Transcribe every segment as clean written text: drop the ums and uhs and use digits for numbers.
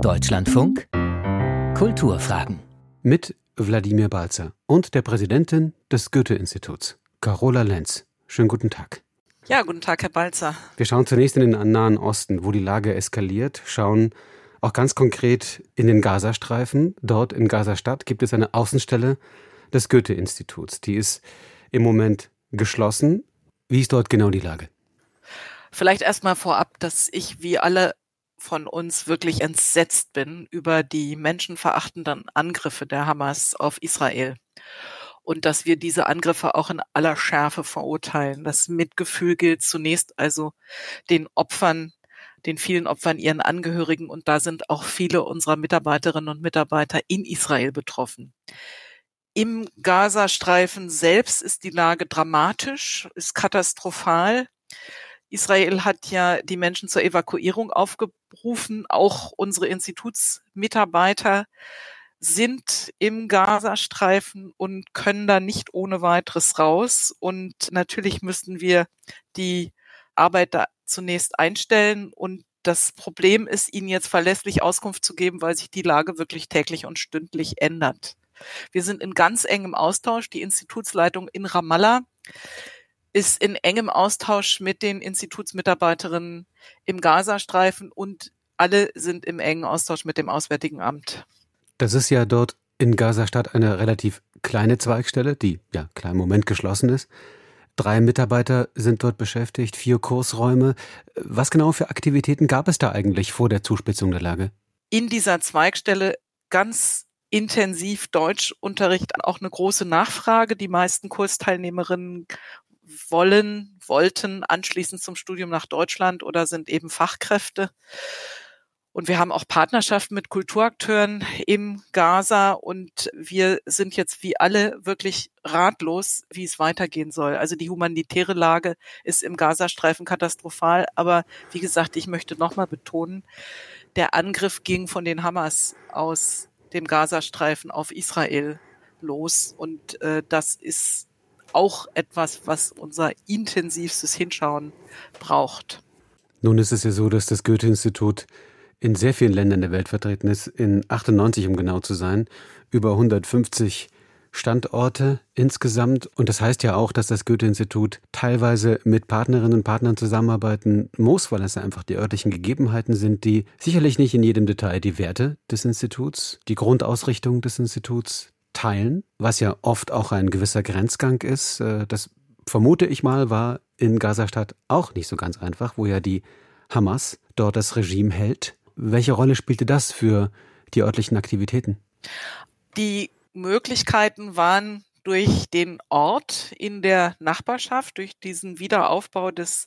Deutschlandfunk Kulturfragen mit Wladimir Balzer und der Präsidentin des Goethe-Instituts, Carola Lenz. Schönen guten Tag. Ja, guten Tag, Herr Balzer. Wir schauen zunächst in den Nahen Osten, wo die Lage eskaliert, schauen auch ganz konkret in den Gazastreifen. Dort in Gazastadt gibt es eine Außenstelle des Goethe-Instituts. Die ist im Moment geschlossen. Wie ist dort genau die Lage? Vielleicht erstmal vorab, dass ich wie alle von uns wirklich entsetzt bin über die menschenverachtenden Angriffe der Hamas auf Israel. Und dass wir diese Angriffe auch in aller Schärfe verurteilen. Das Mitgefühl gilt zunächst also den Opfern, den vielen Opfern, ihren Angehörigen. Und da sind auch viele unserer Mitarbeiterinnen und Mitarbeiter in Israel betroffen. Im Gazastreifen selbst ist die Lage dramatisch, ist katastrophal. Israel hat ja die Menschen zur Evakuierung aufgerufen. Auch unsere Institutsmitarbeiter sind im Gazastreifen und können da nicht ohne weiteres raus. Und natürlich müssten wir die Arbeit da zunächst einstellen. Und das Problem ist, ihnen jetzt verlässlich Auskunft zu geben, weil sich die Lage wirklich täglich und stündlich ändert. Wir sind in ganz engem Austausch. Die Institutsleitung in Ramallah ist in engem Austausch mit den Institutsmitarbeiterinnen im Gazastreifen und alle sind im engen Austausch mit dem Auswärtigen Amt. Das ist ja dort in Gazastadt eine relativ kleine Zweigstelle, die ja klar im Moment geschlossen ist. 3 Mitarbeiter sind dort beschäftigt, 4 Kursräume. Was genau für Aktivitäten gab es da eigentlich vor der Zuspitzung der Lage? In dieser Zweigstelle ganz intensiv Deutschunterricht, auch eine große Nachfrage. Die meisten Kursteilnehmerinnen wollten anschließend zum Studium nach Deutschland oder sind eben Fachkräfte. Und wir haben auch Partnerschaften mit Kulturakteuren im Gaza und wir sind jetzt wie alle wirklich ratlos, wie es weitergehen soll. Also die humanitäre Lage ist im Gazastreifen katastrophal, aber wie gesagt, ich möchte nochmal betonen, der Angriff ging von den Hamas aus dem Gazastreifen auf Israel los und das ist auch etwas, was unser intensivstes Hinschauen braucht. Nun ist es ja so, dass das Goethe-Institut in sehr vielen Ländern der Welt vertreten ist, in 98, um genau zu sein, über 150 Standorte insgesamt. Und das heißt ja auch, dass das Goethe-Institut teilweise mit Partnerinnen und Partnern zusammenarbeiten muss, weil es einfach die örtlichen Gegebenheiten sind, die sicherlich nicht in jedem Detail die Werte des Instituts, die Grundausrichtung des Instituts teilen, was ja oft auch ein gewisser Grenzgang ist. Das vermute ich mal, war in Gazastadt auch nicht so ganz einfach, wo ja die Hamas dort das Regime hält. Welche Rolle spielte das für die örtlichen Aktivitäten? Die Möglichkeiten waren durch den Ort in der Nachbarschaft, durch diesen Wiederaufbau des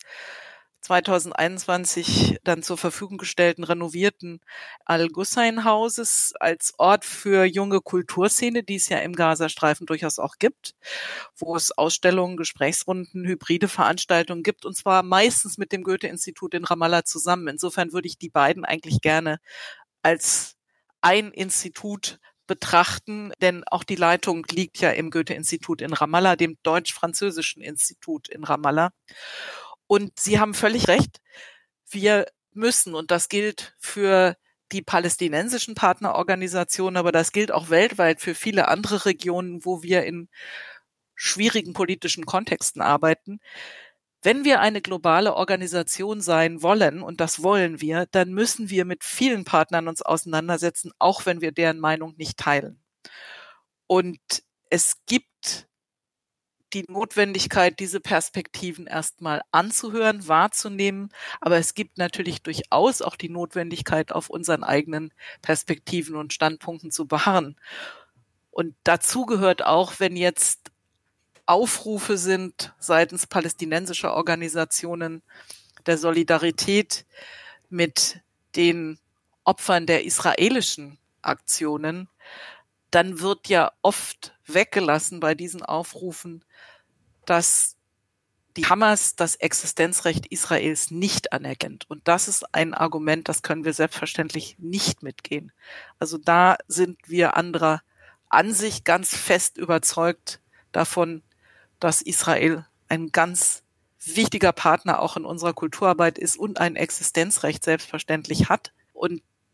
2021 dann zur Verfügung gestellten renovierten Al-Gussein-Hauses als Ort für junge Kulturszene, die es ja im Gazastreifen durchaus auch gibt, wo es Ausstellungen, Gesprächsrunden, hybride Veranstaltungen gibt und zwar meistens mit dem Goethe-Institut in Ramallah zusammen. Insofern würde ich die beiden eigentlich gerne als ein Institut betrachten, denn auch die Leitung liegt ja im Goethe-Institut in Ramallah, dem deutsch-französischen Institut in Ramallah. Und Sie haben völlig recht, wir müssen, und das gilt für die palästinensischen Partnerorganisationen, aber das gilt auch weltweit für viele andere Regionen, wo wir in schwierigen politischen Kontexten arbeiten. Wenn wir eine globale Organisation sein wollen, und das wollen wir, dann müssen wir mit vielen Partnern uns auseinandersetzen, auch wenn wir deren Meinung nicht teilen. Und es gibt die Notwendigkeit, diese Perspektiven erstmal anzuhören, wahrzunehmen. Aber es gibt natürlich durchaus auch die Notwendigkeit, auf unseren eigenen Perspektiven und Standpunkten zu beharren. Und dazu gehört auch, wenn jetzt Aufrufe sind seitens palästinensischer Organisationen der Solidarität mit den Opfern der israelischen Aktionen, dann wird ja oft weggelassen bei diesen Aufrufen, dass die Hamas das Existenzrecht Israels nicht anerkennt. Und das ist ein Argument, das können wir selbstverständlich nicht mitgehen. Also da sind wir anderer Ansicht, ganz fest überzeugt davon, dass Israel ein ganz wichtiger Partner auch in unserer Kulturarbeit ist und ein Existenzrecht selbstverständlich hat. Und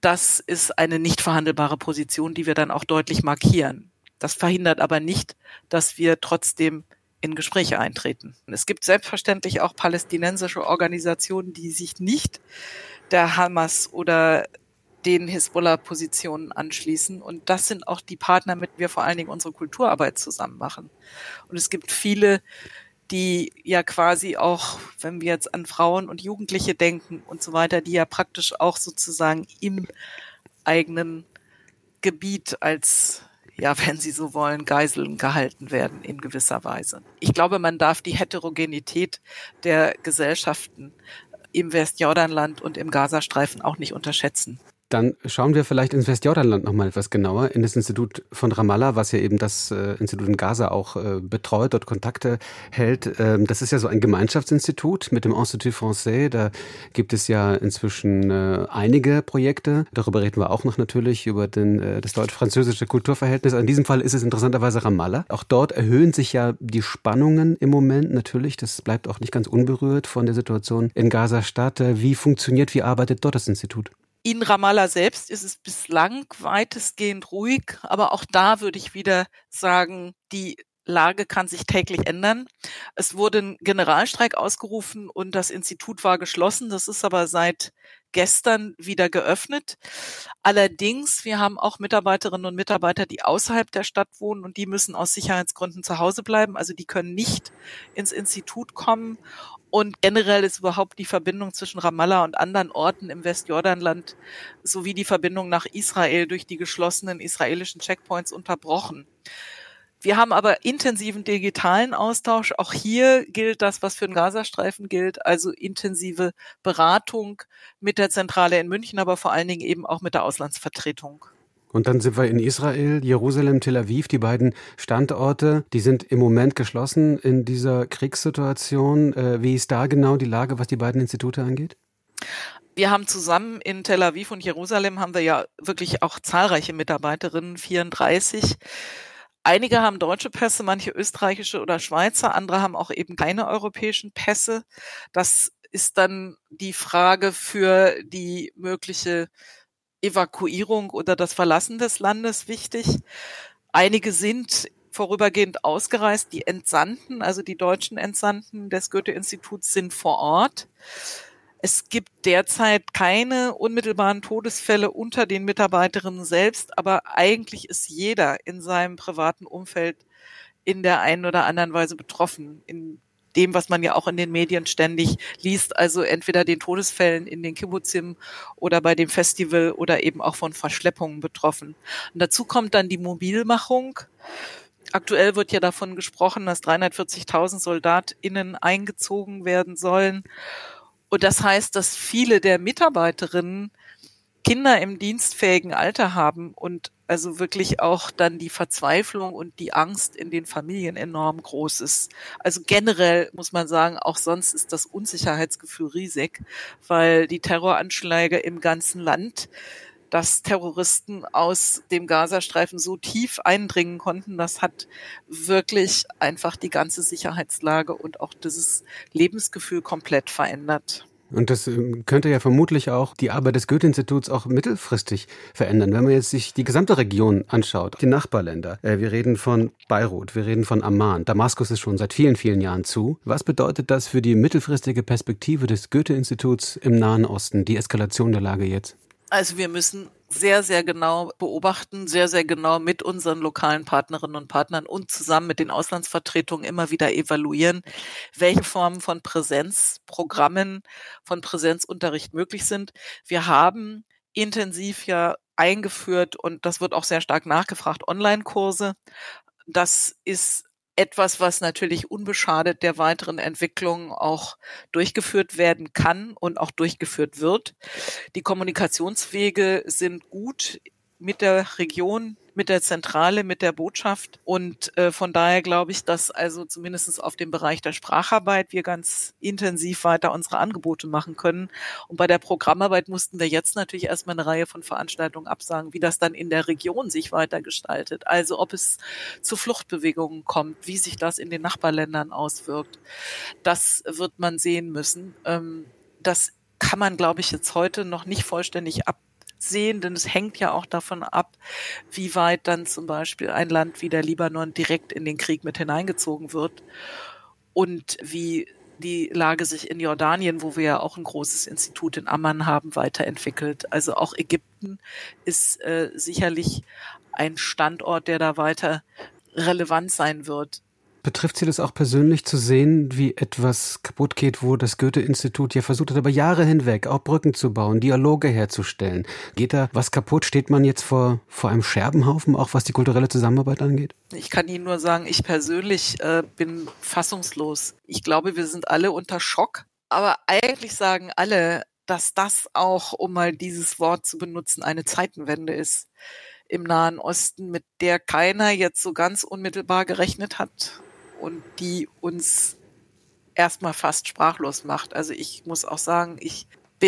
das ist eine nicht verhandelbare Position, die wir dann auch deutlich markieren. Das verhindert aber nicht, dass wir trotzdem in Gespräche eintreten. Es gibt selbstverständlich auch palästinensische Organisationen, die sich nicht der Hamas oder den Hisbollah-Positionen anschließen. Und das sind auch die Partner, mit denen wir vor allen Dingen unsere Kulturarbeit zusammen machen. Und es gibt viele, die ja quasi auch, wenn wir jetzt an Frauen und Jugendliche denken und so weiter, die ja praktisch auch sozusagen im eigenen Gebiet als, ja, wenn Sie so wollen, Geiseln gehalten werden in gewisser Weise. Ich glaube, man darf die Heterogenität der Gesellschaften im Westjordanland und im Gazastreifen auch nicht unterschätzen. Dann schauen wir vielleicht ins Westjordanland noch mal etwas genauer, in das Institut von Ramallah, was ja eben das Institut in Gaza auch betreut, dort Kontakte hält. Das ist ja so ein Gemeinschaftsinstitut mit dem Institut Français. Da gibt es ja inzwischen einige Projekte. Darüber reden wir auch noch natürlich, über das deutsch-französische Kulturverhältnis. In diesem Fall ist es interessanterweise Ramallah. Auch dort erhöhen sich ja die Spannungen im Moment natürlich. Das bleibt auch nicht ganz unberührt von der Situation in Gaza-Stadt. Wie arbeitet dort das Institut? In Ramallah selbst ist es bislang weitestgehend ruhig, aber auch da würde ich wieder sagen, die Lage kann sich täglich ändern. Es wurde ein Generalstreik ausgerufen und das Institut war geschlossen. Das ist aber seit gestern wieder geöffnet. Allerdings, wir haben auch Mitarbeiterinnen und Mitarbeiter, die außerhalb der Stadt wohnen und die müssen aus Sicherheitsgründen zu Hause bleiben. Also die können nicht ins Institut kommen. Und generell ist überhaupt die Verbindung zwischen Ramallah und anderen Orten im Westjordanland sowie die Verbindung nach Israel durch die geschlossenen israelischen Checkpoints unterbrochen. Wir haben aber intensiven digitalen Austausch. Auch hier gilt das, was für den Gazastreifen gilt, also intensive Beratung mit der Zentrale in München, aber vor allen Dingen eben auch mit der Auslandsvertretung. Und dann sind wir in Israel, Jerusalem, Tel Aviv, die beiden Standorte, die sind im Moment geschlossen in dieser Kriegssituation. Wie ist da genau die Lage, was die beiden Institute angeht? Wir haben zusammen in Tel Aviv und Jerusalem haben wir ja wirklich auch zahlreiche Mitarbeiterinnen, 34. Einige haben deutsche Pässe, manche österreichische oder Schweizer, andere haben auch eben keine europäischen Pässe. Das ist dann die Frage für die mögliche Evakuierung oder das Verlassen des Landes wichtig. Einige sind vorübergehend ausgereist. Die Entsandten, also die deutschen Entsandten des Goethe-Instituts sind vor Ort. Es gibt derzeit keine unmittelbaren Todesfälle unter den Mitarbeiterinnen selbst, aber eigentlich ist jeder in seinem privaten Umfeld in der einen oder anderen Weise betroffen. In dem, was man ja auch in den Medien ständig liest, also entweder den Todesfällen in den Kibbutzim oder bei dem Festival oder eben auch von Verschleppungen betroffen. Und dazu kommt dann die Mobilmachung. Aktuell wird ja davon gesprochen, dass 340.000 SoldatInnen eingezogen werden sollen. Und das heißt, dass viele der Mitarbeiterinnen Kinder im dienstfähigen Alter haben und also wirklich auch dann die Verzweiflung und die Angst in den Familien enorm groß ist. Also generell muss man sagen, auch sonst ist das Unsicherheitsgefühl riesig, weil die Terroranschläge im ganzen Land, dass Terroristen aus dem Gazastreifen so tief eindringen konnten, das hat wirklich einfach die ganze Sicherheitslage und auch dieses Lebensgefühl komplett verändert. Und das könnte ja vermutlich auch die Arbeit des Goethe-Instituts auch mittelfristig verändern. Wenn man jetzt sich die gesamte Region anschaut, die Nachbarländer, wir reden von Beirut, wir reden von Amman, Damaskus ist schon seit vielen, vielen Jahren zu. Was bedeutet das für die mittelfristige Perspektive des Goethe-Instituts im Nahen Osten, die Eskalation der Lage jetzt? Also wir müssen sehr, sehr genau beobachten, sehr, sehr genau mit unseren lokalen Partnerinnen und Partnern und zusammen mit den Auslandsvertretungen immer wieder evaluieren, welche Formen von Präsenzprogrammen, von Präsenzunterricht möglich sind. Wir haben intensiv ja eingeführt und das wird auch sehr stark nachgefragt, Online-Kurse. Das ist etwas, was natürlich unbeschadet der weiteren Entwicklung auch durchgeführt werden kann und auch durchgeführt wird. Die Kommunikationswege sind gut mit der Region, mit der Zentrale, mit der Botschaft. Und von daher glaube ich, dass also zumindest auf dem Bereich der Spracharbeit wir ganz intensiv weiter unsere Angebote machen können. Und bei der Programmarbeit mussten wir jetzt natürlich erstmal eine Reihe von Veranstaltungen absagen, wie das dann in der Region sich weiter gestaltet. Also ob es zu Fluchtbewegungen kommt, wie sich das in den Nachbarländern auswirkt. Das wird man sehen müssen. Das kann man, glaube ich, jetzt heute noch nicht vollständig absehen, sehen, denn es hängt ja auch davon ab, wie weit dann zum Beispiel ein Land wie der Libanon direkt in den Krieg mit hineingezogen wird und wie die Lage sich in Jordanien, wo wir ja auch ein großes Institut in Amman haben, weiterentwickelt. Also auch Ägypten ist sicherlich ein Standort, der da weiter relevant sein wird. Betrifft Sie das auch persönlich zu sehen, wie etwas kaputt geht, wo das Goethe-Institut ja versucht hat, über Jahre hinweg auch Brücken zu bauen, Dialoge herzustellen? Geht da was kaputt? Steht man jetzt vor einem Scherbenhaufen, auch was die kulturelle Zusammenarbeit angeht? Ich kann Ihnen nur sagen, ich persönlich bin fassungslos. Ich glaube, wir sind alle unter Schock. Aber eigentlich sagen alle, dass das auch, um mal dieses Wort zu benutzen, eine Zeitenwende ist im Nahen Osten, mit der keiner jetzt so ganz unmittelbar gerechnet hat und die uns erstmal fast sprachlos macht. Also ich muss auch sagen, ich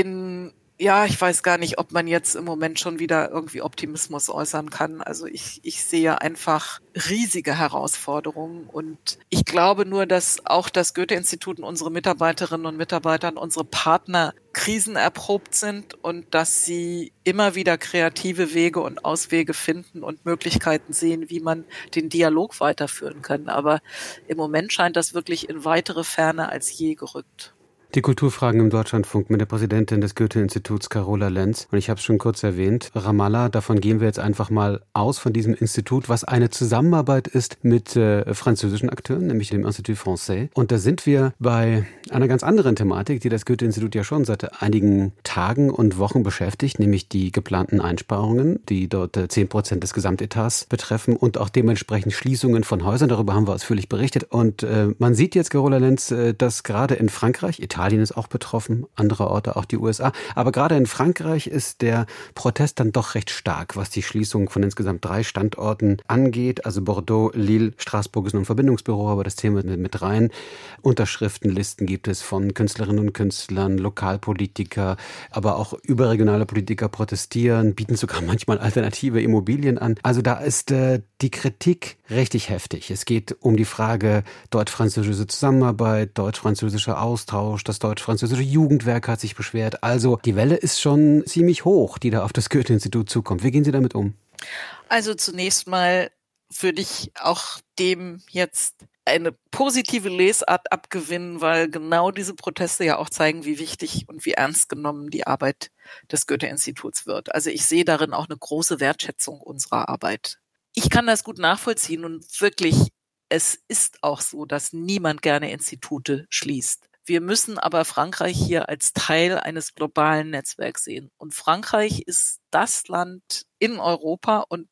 weiß gar nicht, ob man jetzt im Moment schon wieder irgendwie Optimismus äußern kann. Also ich sehe einfach riesige Herausforderungen und ich glaube nur, dass auch das Goethe-Institut und unsere Mitarbeiterinnen und Mitarbeiter und unsere Partner krisenerprobt sind und dass sie immer wieder kreative Wege und Auswege finden und Möglichkeiten sehen, wie man den Dialog weiterführen kann. Aber im Moment scheint das wirklich in weitere Ferne als je gerückt. Die Kulturfragen im Deutschlandfunk mit der Präsidentin des Goethe-Instituts, Carola Lenz. Und ich habe es schon kurz erwähnt, Ramallah, davon gehen wir jetzt einfach mal aus, von diesem Institut, was eine Zusammenarbeit ist mit französischen Akteuren, nämlich dem Institut Français. Und da sind wir bei einer ganz anderen Thematik, die das Goethe-Institut ja schon seit einigen Tagen und Wochen beschäftigt, nämlich die geplanten Einsparungen, die dort 10% des Gesamtetats betreffen und auch dementsprechend Schließungen von Häusern. Darüber haben wir ausführlich berichtet. Und man sieht jetzt, Carola Lenz, dass gerade in Frankreich, Italien ist auch betroffen, andere Orte, auch die USA. Aber gerade in Frankreich ist der Protest dann doch recht stark, was die Schließung von insgesamt 3 Standorten angeht. Also Bordeaux, Lille, Straßburg ist nur ein Verbindungsbüro, aber das Thema mit rein. Unterschriftenlisten gibt es von Künstlerinnen und Künstlern, Lokalpolitiker, aber auch überregionale Politiker protestieren, bieten sogar manchmal alternative Immobilien an. Also da ist die Kritik richtig heftig. Es geht um die Frage deutsch-französische Zusammenarbeit, deutsch-französischer Austausch, das deutsch-französische Jugendwerk hat sich beschwert. Also die Welle ist schon ziemlich hoch, die da auf das Goethe-Institut zukommt. Wie gehen Sie damit um? Also zunächst mal würde ich auch dem jetzt eine positive Lesart abgewinnen, weil genau diese Proteste ja auch zeigen, wie wichtig und wie ernst genommen die Arbeit des Goethe-Instituts wird. Also ich sehe darin auch eine große Wertschätzung unserer Arbeit. Ich kann das gut nachvollziehen und wirklich, es ist auch so, dass niemand gerne Institute schließt. Wir müssen aber Frankreich hier als Teil eines globalen Netzwerks sehen. Und Frankreich ist das Land in Europa und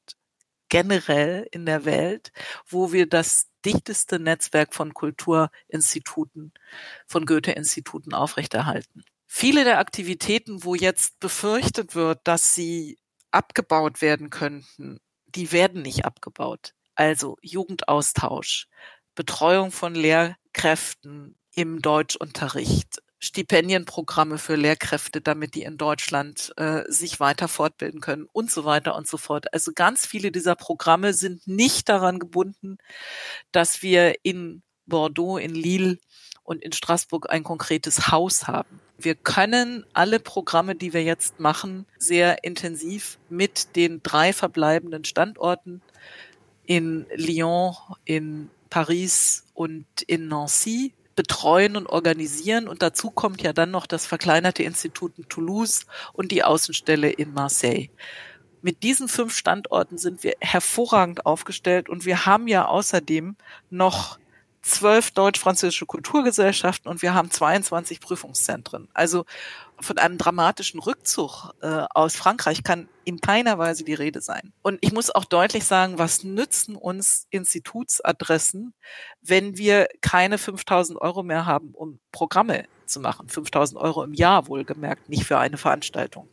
generell in der Welt, wo wir das dichteste Netzwerk von Kulturinstituten, von Goethe-Instituten aufrechterhalten. Viele der Aktivitäten, wo jetzt befürchtet wird, dass sie abgebaut werden könnten, die werden nicht abgebaut. Also Jugendaustausch, Betreuung von Lehrkräften im Deutschunterricht, Stipendienprogramme für Lehrkräfte, damit die in Deutschland sich weiter fortbilden können und so weiter und so fort. Also ganz viele dieser Programme sind nicht daran gebunden, dass wir in Bordeaux, in Lille und in Straßburg ein konkretes Haus haben. Wir können alle Programme, die wir jetzt machen, sehr intensiv mit den 3 verbleibenden Standorten in Lyon, in Paris und in Nancy betreuen und organisieren. Und dazu kommt ja dann noch das verkleinerte Institut in Toulouse und die Außenstelle in Marseille. Mit diesen 5 Standorten sind wir hervorragend aufgestellt und wir haben ja außerdem noch 12 deutsch-französische Kulturgesellschaften und wir haben 22 Prüfungszentren. Also von einem dramatischen Rückzug aus Frankreich kann in keiner Weise die Rede sein. Und ich muss auch deutlich sagen, was nützen uns Institutsadressen, wenn wir keine 5.000 € mehr haben, um Programme zu machen. 5.000 € im Jahr wohlgemerkt, nicht für eine Veranstaltung.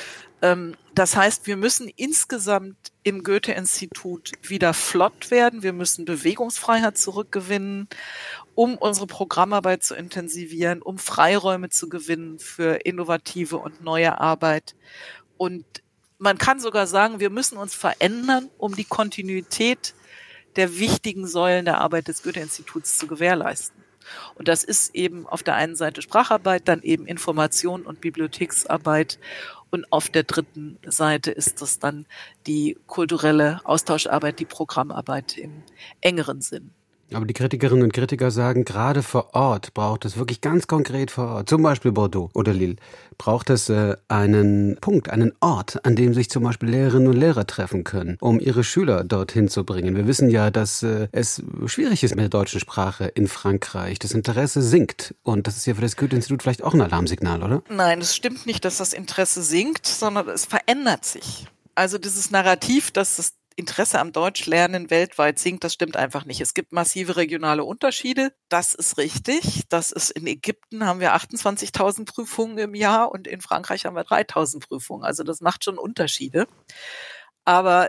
Das heißt, wir müssen insgesamt im Goethe-Institut wieder flott werden. Wir müssen Bewegungsfreiheit zurückgewinnen, um unsere Programmarbeit zu intensivieren, um Freiräume zu gewinnen für innovative und neue Arbeit. Und man kann sogar sagen, wir müssen uns verändern, um die Kontinuität der wichtigen Säulen der Arbeit des Goethe-Instituts zu gewährleisten. Und das ist eben auf der einen Seite Spracharbeit, dann eben Information und Bibliotheksarbeit Und auf der dritten Seite ist das dann die kulturelle Austauscharbeit, die Programmarbeit im engeren Sinn. Aber die Kritikerinnen und Kritiker sagen, gerade vor Ort braucht es wirklich ganz konkret vor Ort, zum Beispiel Bordeaux oder Lille, braucht es einen Punkt, einen Ort, an dem sich zum Beispiel Lehrerinnen und Lehrer treffen können, um ihre Schüler dorthin zu bringen. Wir wissen ja, dass es schwierig ist mit der deutschen Sprache in Frankreich. Das Interesse sinkt. Und das ist ja für das Goethe-Institut vielleicht auch ein Alarmsignal, oder? Nein, es stimmt nicht, dass das Interesse sinkt, sondern es verändert sich. Also dieses Narrativ, dass das Interesse am Deutschlernen weltweit sinkt, das stimmt einfach nicht. Es gibt massive regionale Unterschiede. Das ist richtig. Das ist in Ägypten haben wir 28.000 Prüfungen im Jahr und in Frankreich haben wir 3.000 Prüfungen. Also das macht schon Unterschiede. Aber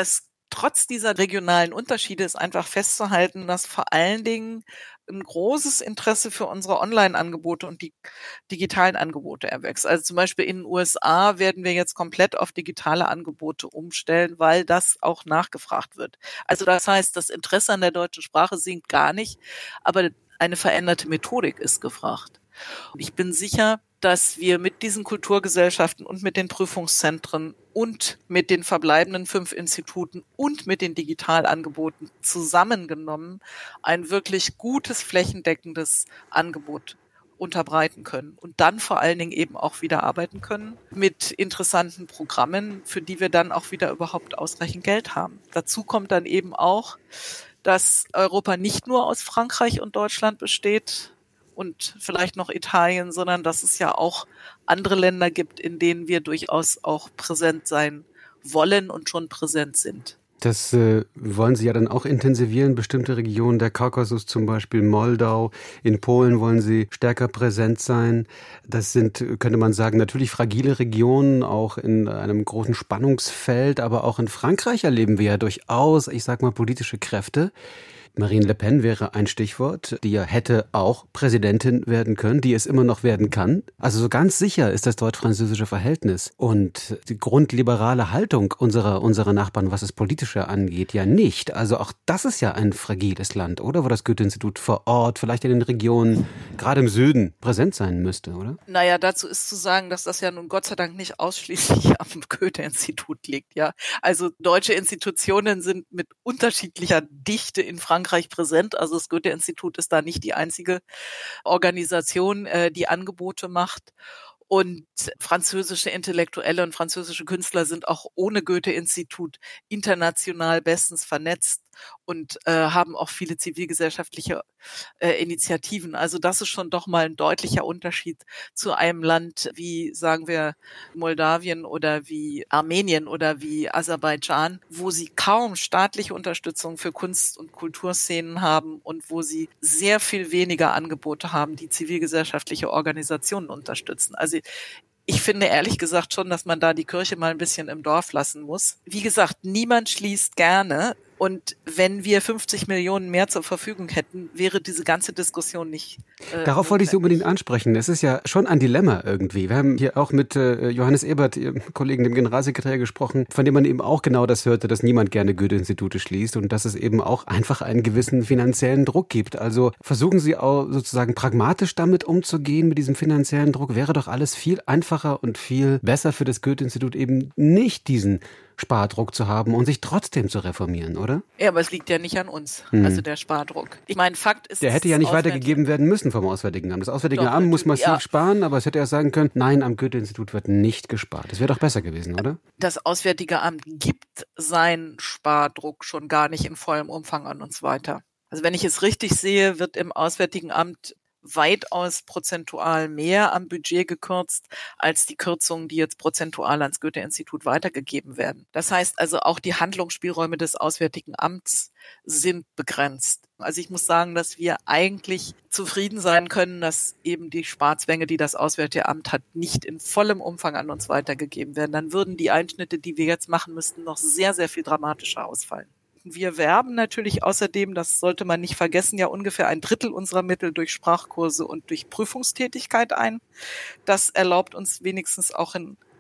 trotz dieser regionalen Unterschiede ist einfach festzuhalten, dass vor allen Dingen ein großes Interesse für unsere Online-Angebote und die digitalen Angebote erwächst. Also zum Beispiel in den USA werden wir jetzt komplett auf digitale Angebote umstellen, weil das auch nachgefragt wird. Also das heißt, das Interesse an der deutschen Sprache sinkt gar nicht, aber eine veränderte Methodik ist gefragt. Und ich bin sicher, dass wir mit diesen Kulturgesellschaften und mit den Prüfungszentren und mit den verbleibenden 5 Instituten und mit den Digitalangeboten zusammengenommen ein wirklich gutes, flächendeckendes Angebot unterbreiten können und dann vor allen Dingen eben auch wieder arbeiten können mit interessanten Programmen, für die wir dann auch wieder überhaupt ausreichend Geld haben. Dazu kommt dann eben auch, dass Europa nicht nur aus Frankreich und Deutschland besteht, und vielleicht noch Italien, sondern dass es ja auch andere Länder gibt, in denen wir durchaus auch präsent sein wollen und schon präsent sind. Das wollen Sie ja dann auch intensivieren, bestimmte Regionen, der Kaukasus zum Beispiel, Moldau, in Polen wollen Sie stärker präsent sein. Das sind, könnte man sagen, natürlich fragile Regionen, auch in einem großen Spannungsfeld, aber auch in Frankreich erleben wir ja durchaus, ich sag mal, politische Kräfte. Marine Le Pen wäre ein Stichwort, die ja hätte auch Präsidentin werden können, die es immer noch werden kann. Also so ganz sicher ist das deutsch-französische Verhältnis und die grundliberale Haltung unserer Nachbarn, was das Politische angeht, ja nicht. Also auch das ist ja ein fragiles Land, oder? Wo das Goethe-Institut vor Ort, vielleicht in den Regionen, gerade im Süden, präsent sein müsste, oder? Naja, dazu ist zu sagen, dass das ja nun Gott sei Dank nicht ausschließlich am Goethe-Institut liegt, ja. Also deutsche Institutionen sind mit unterschiedlicher Dichte in Frankreich präsent. Also das Goethe-Institut ist da nicht die einzige Organisation, die Angebote macht. Und französische Intellektuelle und französische Künstler sind auch ohne Goethe-Institut international bestens vernetzt und haben auch viele zivilgesellschaftliche Initiativen. Also das ist schon doch mal ein deutlicher Unterschied zu einem Land wie, sagen wir, Moldawien oder wie Armenien oder wie Aserbaidschan, wo sie kaum staatliche Unterstützung für Kunst- und Kulturszenen haben und wo sie sehr viel weniger Angebote haben, die zivilgesellschaftliche Organisationen unterstützen. Also ich finde ehrlich gesagt schon, dass man da die Kirche mal ein bisschen im Dorf lassen muss. Wie gesagt, niemand schließt gerne. Und wenn wir 50 Millionen mehr zur Verfügung hätten, wäre diese ganze Diskussion nicht Darauf wollte ich Sie unbedingt ansprechen. Es ist ja schon ein Dilemma irgendwie. Wir haben hier auch mit Johannes Ebert, Ihrem Kollegen, dem Generalsekretär, gesprochen, von dem man eben auch genau das hörte, dass niemand gerne Goethe-Institute schließt und dass es eben auch einfach einen gewissen finanziellen Druck gibt. Also versuchen Sie auch sozusagen pragmatisch damit umzugehen, mit diesem finanziellen Druck. Wäre doch alles viel einfacher und viel besser für das Goethe-Institut, eben nicht diesen Spardruck zu haben und sich trotzdem zu reformieren, oder? Ja, aber es liegt ja nicht an uns, also der Spardruck. Ich meine, Fakt ist... Der hätte ja nicht weitergegeben werden müssen vom Auswärtigen Amt. Das Auswärtige Amt muss massiv sparen, aber es hätte ja sagen können, nein, am Goethe-Institut wird nicht gespart. Das wäre doch besser gewesen, oder? Das Auswärtige Amt gibt seinen Spardruck schon gar nicht in vollem Umfang an uns weiter. Also wenn ich es richtig sehe, wird im Auswärtigen Amt weitaus prozentual mehr am Budget gekürzt, als die Kürzungen, die jetzt prozentual ans Goethe-Institut weitergegeben werden. Das heißt also, auch die Handlungsspielräume des Auswärtigen Amts sind begrenzt. Also ich muss sagen, dass wir eigentlich zufrieden sein können, dass eben die Sparzwänge, die das Auswärtige Amt hat, nicht in vollem Umfang an uns weitergegeben werden. Dann würden die Einschnitte, die wir jetzt machen müssten, noch sehr, sehr viel dramatischer ausfallen. Wir werben natürlich außerdem, das sollte man nicht vergessen, ja ungefähr 1/3 unserer Mittel durch Sprachkurse und durch Prüfungstätigkeit ein. Das erlaubt uns wenigstens auch in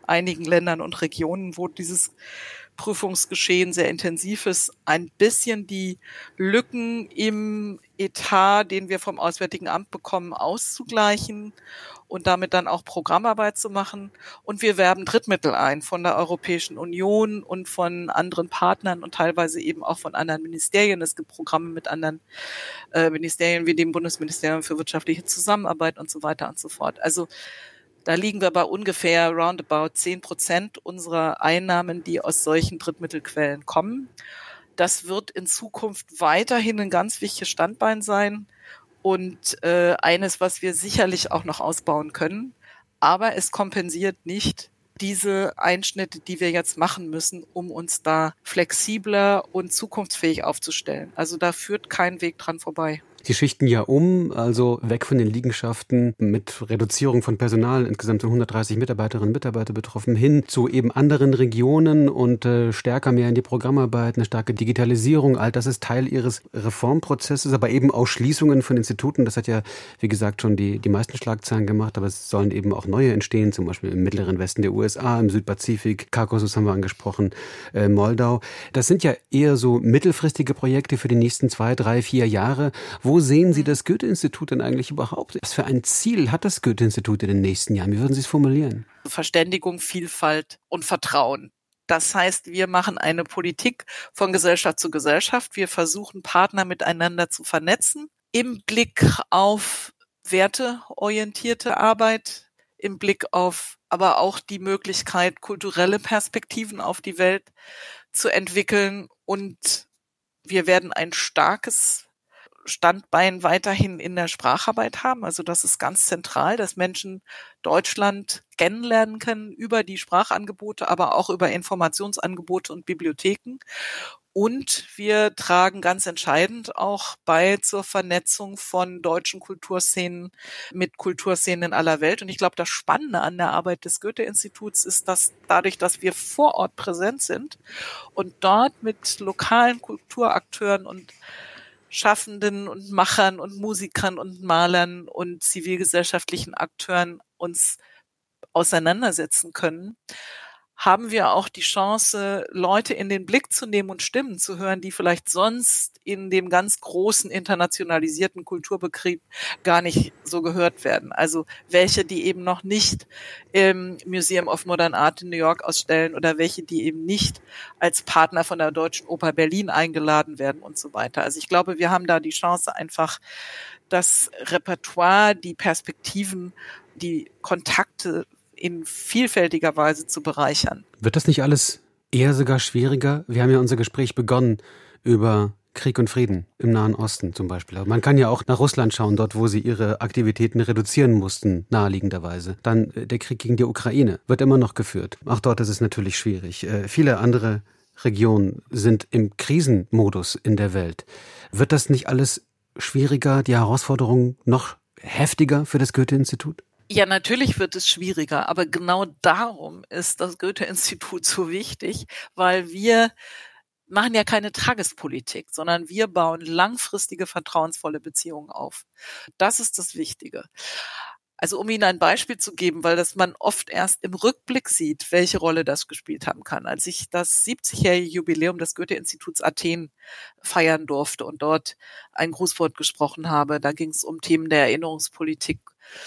einigen Ländern und Regionen, wo dieses Prüfungsgeschehen sehr intensiv ist, ein bisschen die Lücken im Etat, den wir vom Auswärtigen Amt bekommen, auszugleichen und damit dann auch Programmarbeit zu machen. Und wir werben Drittmittel ein von der Europäischen Union und von anderen Partnern und teilweise eben auch von anderen Ministerien. Es gibt Programme mit anderen Ministerien wie dem Bundesministerium für wirtschaftliche Zusammenarbeit und so weiter und so fort. Also da liegen wir bei ungefähr roundabout 10% unserer Einnahmen, die aus solchen Drittmittelquellen kommen. Das wird in Zukunft weiterhin ein ganz wichtiges Standbein sein und eines, was wir sicherlich auch noch ausbauen können. Aber es kompensiert nicht diese Einschnitte, die wir jetzt machen müssen, um uns da flexibler und zukunftsfähig aufzustellen. Also da führt kein Weg dran vorbei. Sie schichten ja also weg von den Liegenschaften mit Reduzierung von Personal, insgesamt sind 130 Mitarbeiterinnen und Mitarbeiter betroffen, hin zu eben anderen Regionen und stärker mehr in die Programmarbeit, eine starke Digitalisierung. All das ist Teil Ihres Reformprozesses, aber eben auch Schließungen von Instituten. Das hat ja, wie gesagt, schon die meisten Schlagzeilen gemacht, aber es sollen eben auch neue entstehen, zum Beispiel im mittleren Westen der USA, im Südpazifik, Kaukasus haben wir angesprochen, Moldau. Das sind ja eher so mittelfristige Projekte für die nächsten 2, 3, 4 Jahre. Wo sehen Sie das Goethe-Institut denn eigentlich überhaupt? Was für ein Ziel hat das Goethe-Institut in den nächsten Jahren? Wie würden Sie es formulieren? Verständigung, Vielfalt und Vertrauen. Das heißt, wir machen eine Politik von Gesellschaft zu Gesellschaft. Wir versuchen, Partner miteinander zu vernetzen, im Blick auf werteorientierte Arbeit, im Blick auf aber auch die Möglichkeit, kulturelle Perspektiven auf die Welt zu entwickeln. Und wir werden ein starkes Standbein weiterhin in der Spracharbeit haben. Also das ist ganz zentral, dass Menschen Deutschland kennenlernen können über die Sprachangebote, aber auch über Informationsangebote und Bibliotheken. Und wir tragen ganz entscheidend auch bei zur Vernetzung von deutschen Kulturszenen mit Kulturszenen in aller Welt. Und ich glaube, das Spannende an der Arbeit des Goethe-Instituts ist, dass dadurch, dass wir vor Ort präsent sind und dort mit lokalen Kulturakteuren und Schaffenden und Machern und Musikern und Malern und zivilgesellschaftlichen Akteuren uns auseinandersetzen können, haben wir auch die Chance, Leute in den Blick zu nehmen und Stimmen zu hören, die vielleicht sonst in dem ganz großen internationalisierten Kulturbetrieb gar nicht so gehört werden. Also welche, die eben noch nicht im Museum of Modern Art in New York ausstellen oder welche, die eben nicht als Partner von der Deutschen Oper Berlin eingeladen werden und so weiter. Also ich glaube, wir haben da die Chance, einfach das Repertoire, die Perspektiven, die Kontakte in vielfältiger Weise zu bereichern. Wird das nicht alles eher sogar schwieriger? Wir haben ja unser Gespräch begonnen über Krieg und Frieden im Nahen Osten zum Beispiel. Man kann ja auch nach Russland schauen, dort wo sie ihre Aktivitäten reduzieren mussten, naheliegenderweise. Dann der Krieg gegen die Ukraine wird immer noch geführt. Auch dort ist es natürlich schwierig. Viele andere Regionen sind im Krisenmodus in der Welt. Wird das nicht alles schwieriger, die Herausforderungen noch heftiger für das Goethe-Institut? Ja, natürlich wird es schwieriger, aber genau darum ist das Goethe-Institut so wichtig, weil wir machen ja keine Tagespolitik, sondern wir bauen langfristige, vertrauensvolle Beziehungen auf. Das ist das Wichtige. Also um Ihnen ein Beispiel zu geben, weil das man oft erst im Rückblick sieht, welche Rolle das gespielt haben kann. Als ich das 70-jährige Jubiläum des Goethe-Instituts Athen feiern durfte und dort ein Grußwort gesprochen habe, da ging es um Themen der Erinnerungspolitik,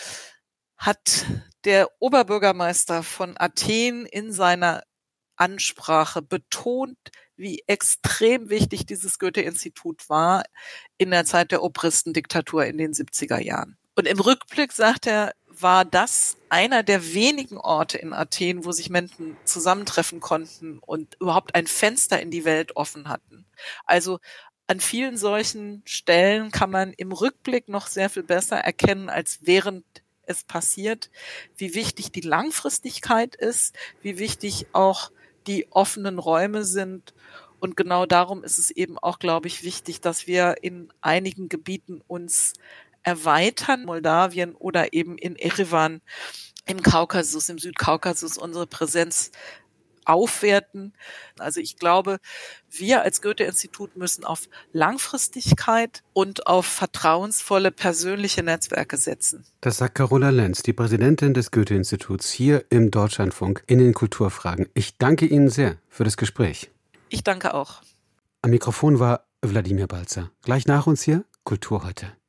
hat der Oberbürgermeister von Athen in seiner Ansprache betont, wie extrem wichtig dieses Goethe-Institut war in der Zeit der Obristendiktatur in den 70er Jahren. Und im Rückblick, sagt er, war das einer der wenigen Orte in Athen, wo sich Menschen zusammentreffen konnten und überhaupt ein Fenster in die Welt offen hatten. Also an vielen solchen Stellen kann man im Rückblick noch sehr viel besser erkennen, als während es passiert, wie wichtig die Langfristigkeit ist, wie wichtig auch die offenen Räume sind. Und genau darum ist es eben auch, glaube ich, wichtig, dass wir in einigen Gebieten uns erweitern, Moldawien oder eben in Erivan, im Kaukasus, im Südkaukasus unsere Präsenz aufwerten. Also ich glaube, wir als Goethe-Institut müssen auf Langfristigkeit und auf vertrauensvolle persönliche Netzwerke setzen. Das sagt Carola Lenz, die Präsidentin des Goethe-Instituts, hier im Deutschlandfunk in den Kulturfragen. Ich danke Ihnen sehr für das Gespräch. Ich danke auch. Am Mikrofon war Wladimir Balzer. Gleich nach uns hier Kultur heute.